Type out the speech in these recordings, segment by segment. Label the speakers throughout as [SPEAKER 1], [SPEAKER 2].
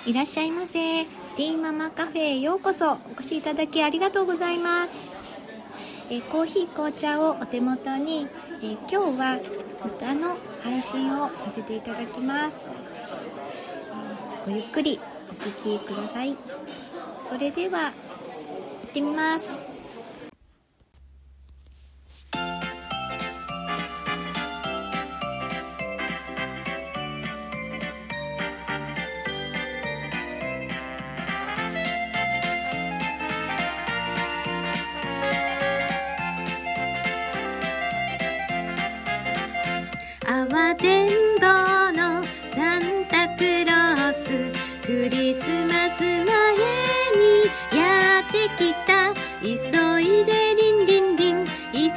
[SPEAKER 1] いらっしゃいませ。ティーママカフェへようこそ。お越しいただきありがとうございます。コーヒー紅茶をお手元に、今日は歌の配信をさせていただきます。ごゆっくりお聞きください。それでは行ってみます。
[SPEAKER 2] 慌てんぼうのサンタクロース、クリスマス前にやってきた。急いでリンリンリン、急いでリンリンリン、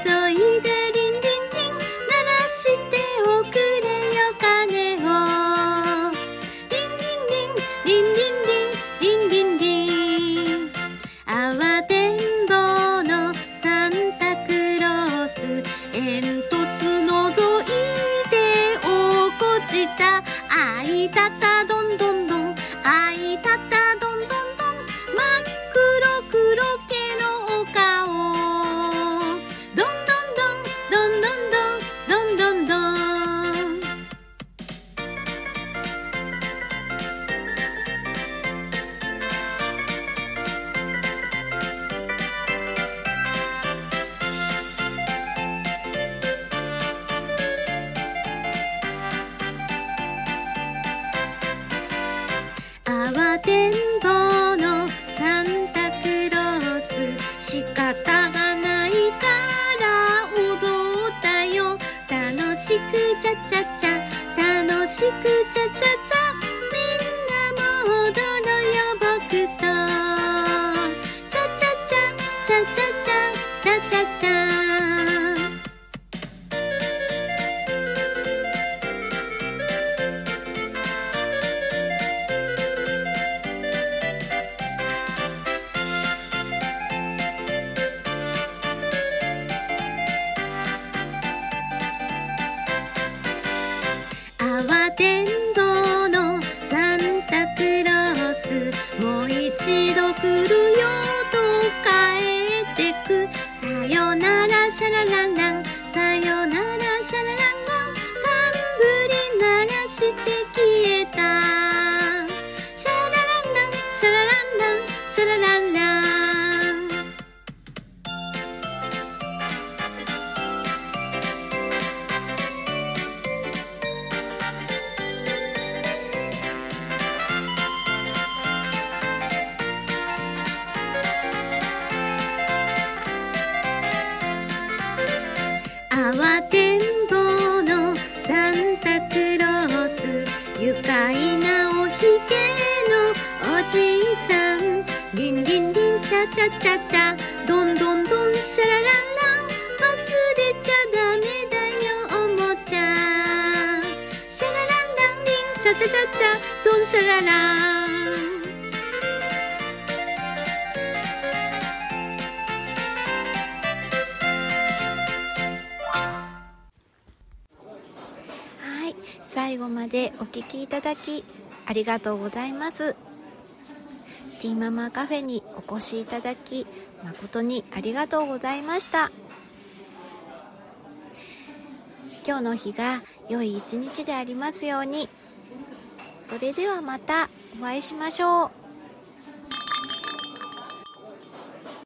[SPEAKER 2] 鳴らしておくれよ鐘を。リンリンリン、リンリンリン、リンリンリン。慌てんぼうのサンタクロース、煙突のぞいて落っこちた。あいたたどんどんどん、あいたたどんどんどん、真っ黒黒けのお顔。どんどんどん、どんどんどん、どんどんどん。慌てんぼうのサンタクロース、仕方がないから踊ったよ。楽しくチャチャチャ、楽しくチャチャチャ、みんなも踊ろよ僕と。チャチャチャ、チャチャチャ、チャチャチャ。慌てんぼうのサンタクロース、もう一度来るよと帰ってく。さよならシャラランラン、さよならシャラランラン、タンブリン鳴らして消えた。シャラランラン、シャラランラン、シャラランラン。慌てんぼうのサンタクロース、愉快なおひげのおじいさん。リンリンリンチャチャチャチャ、どんどんどんシャラランラン、忘れちゃダメだよおもちゃ。シャラランランリンチャチャチャチャ、ドンシャララン。
[SPEAKER 1] はい、最後までお聞きいただきありがとうございます。ティーママカフェにお越しいただき誠にありがとうございました。今日の日が良い一日でありますように。それではまたお会いしましょう。